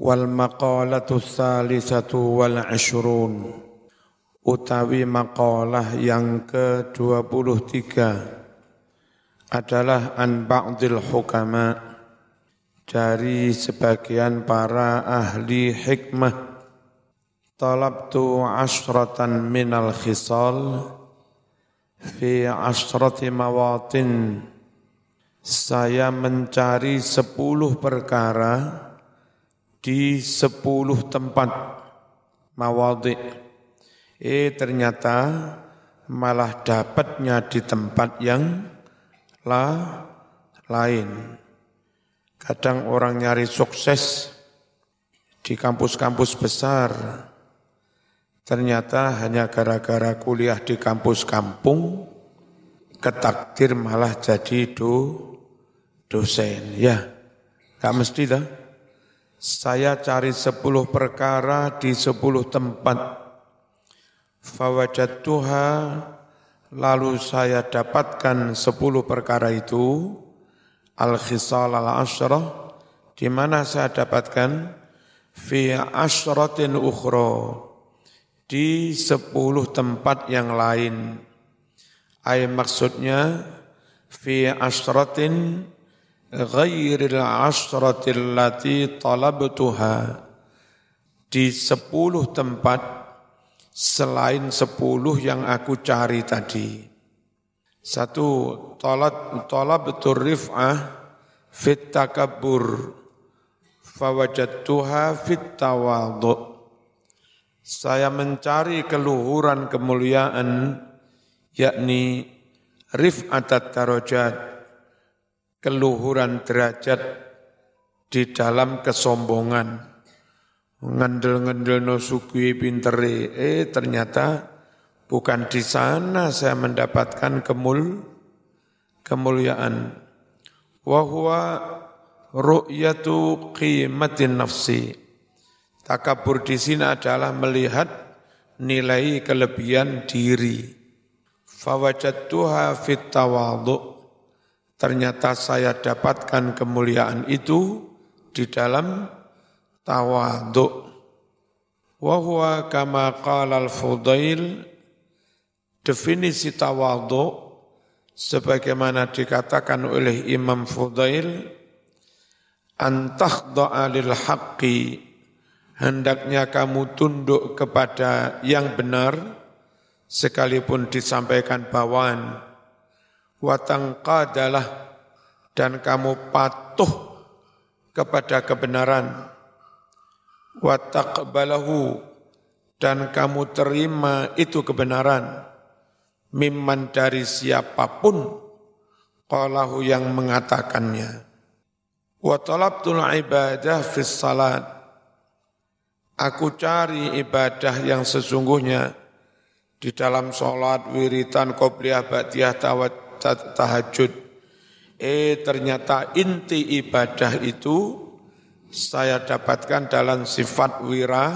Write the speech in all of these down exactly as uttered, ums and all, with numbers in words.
Wal maqalatu tsalisatu wal ashrun, utawi maqalah yang ke dua puluh tiga adalah an ba'dil hukama, dari sebagian para ahli hikmah. Talabtu ashratan minal khisal fi ashrati mawatin, saya mencari sepuluh perkara di sepuluh tempat mawadhi. Eh ternyata malah dapatnya di tempat yang la, lain. Kadang orang nyari sukses di kampus-kampus besar, ternyata hanya gara-gara kuliah di kampus kampung, ketakdir malah jadi do, dosen. Ya, gak mesti dah. Saya cari sepuluh perkara di sepuluh tempat. Fawajadtuha, lalu saya dapatkan sepuluh perkara itu. Al-khisal al-ashrah, di mana saya dapatkan? Fi ashratin ukhra, di sepuluh tempat yang lain. Ay maksudnya fi ashratin ghairil ashratil lati talabtuha, di sepuluh tempat selain sepuluh yang aku cari tadi. Satu, talab talabtur rif'ah fit takabbur fawajadtuha fit tawadhu. Saya mencari keluhuran kemuliaan, yakni rif'atat darajat, keluhuran derajat di dalam kesombongan. Ngendel-ngendel no sugih pintere, eh ternyata bukan di sana saya mendapatkan kemul kemuliaan. Wa huwa ru'yatu qimatin nafsi. Takabur di sini adalah melihat nilai kelebihan diri. Fawajadtuha fit tawadhu, ternyata saya dapatkan kemuliaan itu di dalam tawadhu. Wa huwa kama qala al-Fudail, definisi tawadhu sebagaimana dikatakan oleh Imam Fudail, antakhda'a lil haqqi, hendaknya kamu tunduk kepada yang benar sekalipun disampaikan bawaan. Wa tanqadalah, dan kamu patuh kepada kebenaran. Wa taqbalahu, dan kamu terima itu kebenaran. Mimman, dari siapapun, qalahu yang mengatakannya. Wa talabtul ibadah fis salat, aku cari ibadah yang sesungguhnya di dalam sholat, wiritan, qobliyah, ba'diyah, tahajud. Eh ternyata inti ibadah itu saya dapatkan dalam sifat wira,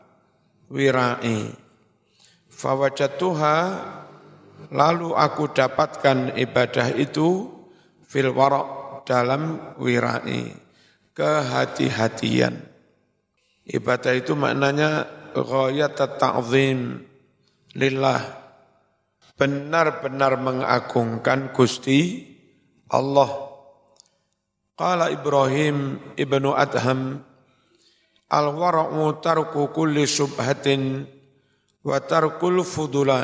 wirai. Fawajatuha, lalu aku dapatkan ibadah itu fil wara', dalam wirai, kehati-hatian. Ibadah itu maknanya ghayat ta'zim lillah, benar-benar mengagungkan Gusti Allah. Qala Ibrahim ibnu Adham, al-wara'u tarku kulli syubhatin wa tarkul fudulat.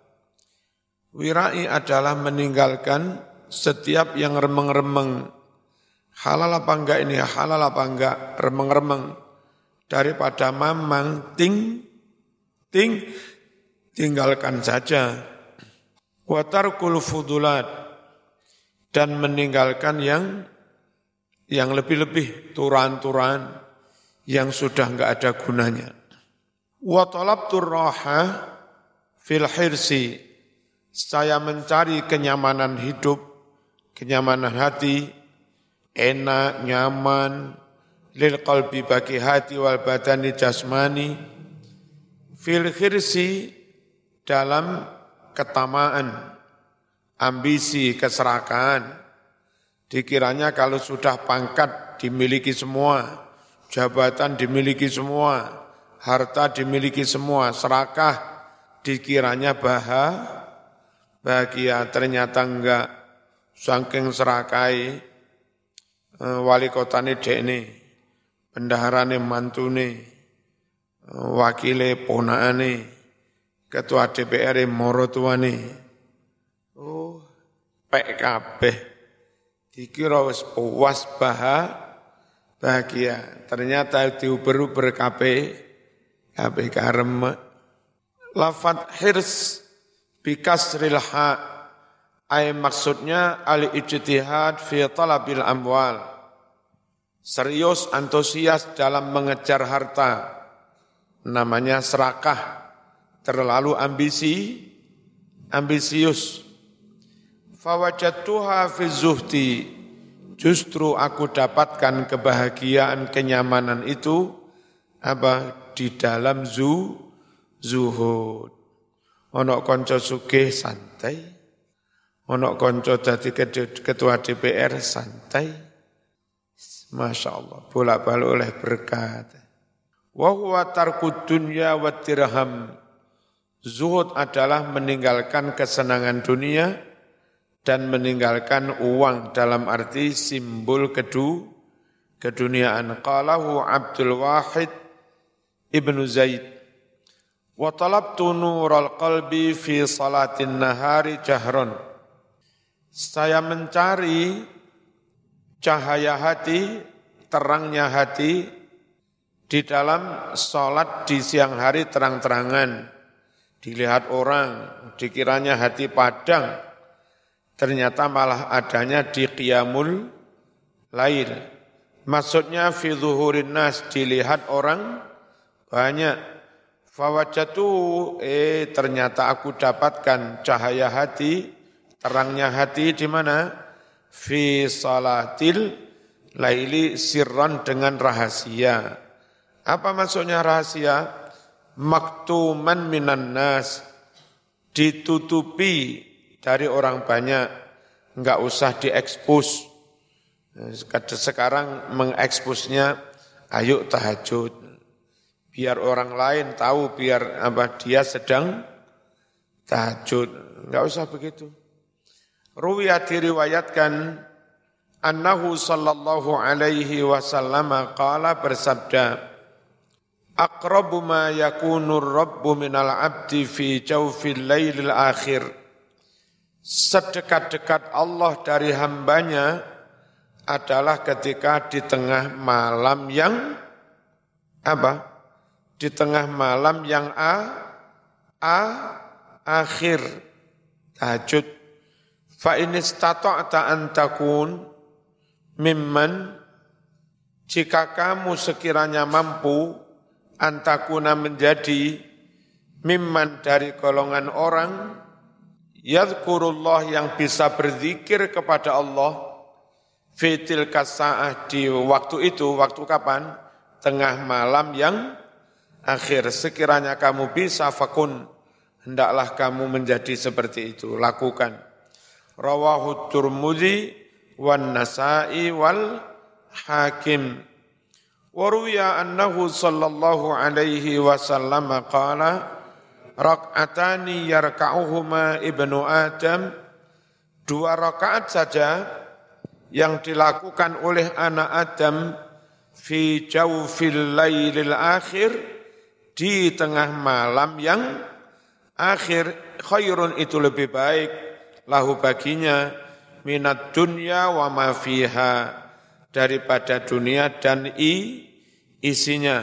Wirai adalah meninggalkan setiap yang remeng-remeng. Halal apa enggak ini, halal apa enggak, remeng-remeng. Daripada mamang, ting, ting, tinggalkan saja. Wa tarkul fudulat, dan meninggalkan yang yang lebih-lebih, turan-turan, yang sudah enggak ada gunanya. Wa talabtur raha fil hirsi, saya mencari kenyamanan hidup, kenyamanan hati, enak, nyaman, lil qalbi, bagi hati, wal badani, jasmani, fil hirsi, dalam ketamaan, ambisi, keserakahan. Dikiranya kalau sudah pangkat dimiliki semua, jabatan dimiliki semua, harta dimiliki semua, serakah dikiranya bahagia, bahagia ternyata enggak. Saking serakai wali kotane dekne, bendaharane mantune, wakile ponakane, ketua D P R morotuane. Oh, pek kabeh. Dikira wis puas bahagia. Ternyata diuber-uber kabeh, kabeh karem. Lafat hirs bikasril ha' ay maksudnya al-ijtihad fi talabil amwal. Serius, antusias dalam mengejar harta. Namanya serakah, terlalu ambisi, ambisius. Fawajadtuha fi zuhdi. Justru aku dapatkan kebahagiaan, kenyamanan itu apa di dalam zu, zuhud. Ono konco sugih santai. Ono konco dadi ketua D P R santai. Masya Allah, bolak-balik oleh berkat. Wa huwa tarkud dunya wa dirham. Zuhud adalah meninggalkan kesenangan dunia dan meninggalkan uang dalam arti simbol kedu, keduniaan. Qalahu Abdul Wahid Ibnu Zaid. Wa talabtu nural qalbi fi salatin nahari jahron. Saya mencari cahaya hati, terangnya hati di dalam sholat di siang hari terang-terangan. Dilihat orang, dikiranya hati padang, ternyata malah adanya di qiyamul lail. Maksudnya fi zuhurin nas, dilihat orang banyak. Fawajatu, eh ternyata aku dapatkan cahaya hati, terangnya hati di mana? Fi salatil laili sirran, dengan rahasia. Apa maksudnya rahasia? Maktuman minan nas, ditutupi dari orang banyak, enggak usah diekspos. Sekarang mengeksposnya, ayo tahajud, biar orang lain tahu, biar apa dia sedang tahajud, enggak usah begitu. Ruwiyat diriwayatkan annahu sallallahu alaihi wasallam qala, bersabda, aqrabu ma yakunu rabbu minal abdi fi jawfil lailil akhir. Sedekat-dekat Allah dari hambanya adalah ketika di tengah malam yang apa? Di tengah malam yang a a akhir, tahajud. Fa in istata'ta an takun mimman, jika kamu sekiranya mampu, antakuna menjadi mimman dari golongan orang, yadhkurullah yang bisa berzikir kepada Allah, fitil kasa'ah di waktu itu, waktu kapan? Tengah malam yang akhir. Sekiranya kamu bisa, fakun, hendaklah kamu menjadi seperti itu, lakukan. Rawahu Tirmidzi wan Nasa'i wal Hakim. Waruya annahu sallallahu alaihi wasallam qala, rak'atani yarka'uhuma ibnu Adam, dua rakaat saja yang dilakukan oleh anak Adam fi jawfil lailil akhir, di tengah malam yang akhir, khairun itu lebih baik, lahu baginya, minat dunya wa ma fiha, daripada dunia dan i isinya.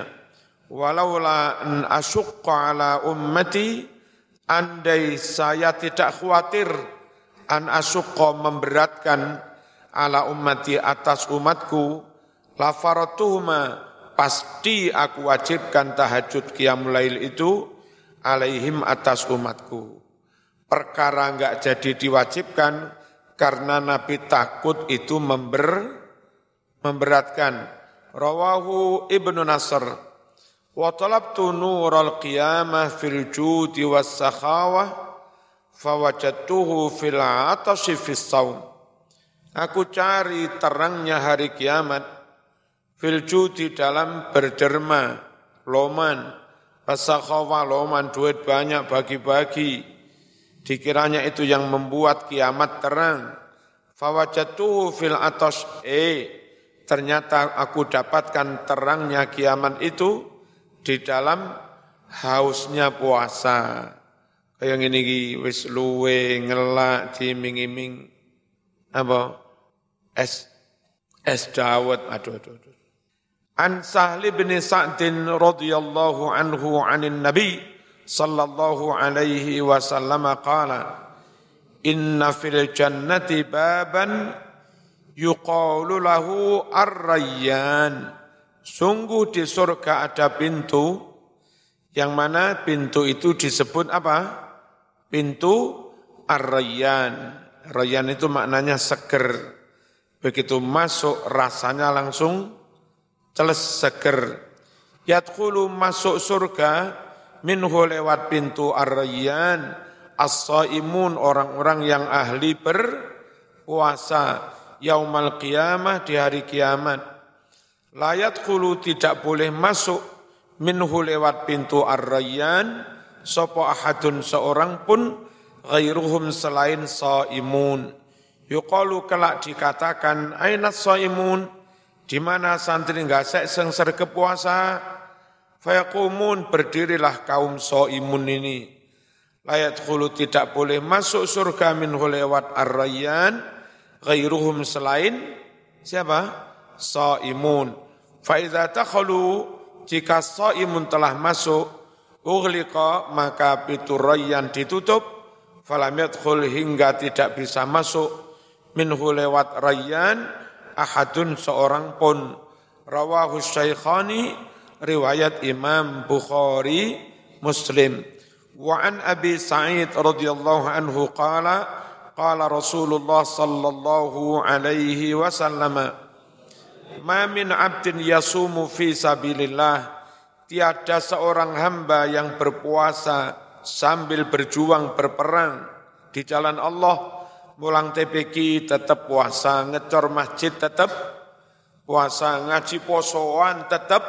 Walaula an asyqa ala ummati, andai saya tidak khawatir, an asyqa memberatkan, ala ummati atas umatku, la faratuhuma, pasti aku wajibkan tahajud qiyamul lail itu, alaihim atas umatku. Perkara enggak jadi diwajibkan karena Nabi takut itu member memberatkan. Rawahu Ibnu Nasr. Wa talabtu nural qiyamah fil judi was sakhawah fawajadtuhu fil atashi fis saum. Aku cari terangnya hari kiamat Filju di dalam berderma, loman, fasakhawa loman, duit banyak bagi-bagi. Dikiranya itu yang membuat kiamat terang. Fawajatuhu fil atos, eh ternyata aku dapatkan terangnya kiamat itu di dalam hausnya puasa. Kayak ngene iki wis luwe ngelak diiming-iming apa? Es es dawet, aduh aduh aduh. An Sahli bin Sa'din radhiyallahu anhu 'anin Nabi sallallahu alaihi wasallam qala inna fil jannati baban yuqalu lahu ar-rayyan. Sungguh di surga ada pintu yang mana pintu itu disebut apa? Pintu ar-rayyan. Rayyan itu maknanya seger. Begitu masuk rasanya langsung celes seger. Yadkhulu masuk surga minhu lewat pintu ar-rayyan as-shaimun orang-orang yang ahli berpuasa yaumal qiyamah di hari kiamat. La yadkhulu tidak boleh masuk minhu lewat pintu ar-rayyan sapa ahadun seorang pun ghairuhum selain shaimun. Yuqalu kelak dikatakan aina shaimun, di mana santri ngasek sing sergep puasa. Fayaqumun berdirilah kaum shaimun ini. Layat khulu tidak boleh masuk surga minhu lewat ar-rayyan ghairuhum selain siapa? Shaimun. Fa idza takhalu jika shaimun telah masuk ughliqa maka pintu rayyan ditutup falam yadkhul hingga tidak bisa masuk minhu lewat rayyan ahadun seorang pun. Rawahu Syaikhani riwayat Imam Bukhari Muslim. Wa an Abi Sa'id radhiyallahu anhu qala qala Rasulullah sallallahu alaihi wasallam ma min 'abdin yasumu fi sabilillah, tiada seorang hamba yang berpuasa sambil berjuang berperang di jalan Allah. Mulang T P Q tetap puasa, ngecor masjid tetap puasa, ngaji posoan tetap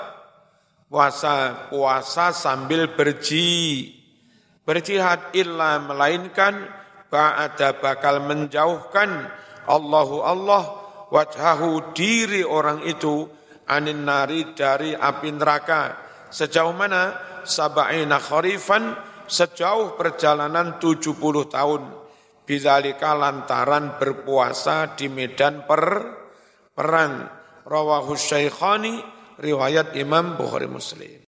puasa, puasa sambil berji, berjihad illa melainkan ba'ada bakal menjauhkan Allahu Allah wajhahu diri orang itu anin nari dari api neraka. Sejauh mana? Sab'ina kharifan, sejauh perjalanan tujuh puluh tahun. Bidzalika lantaran berpuasa di medan per, perang. Rawahu Syaikhani riwayat Imam Bukhari Muslim.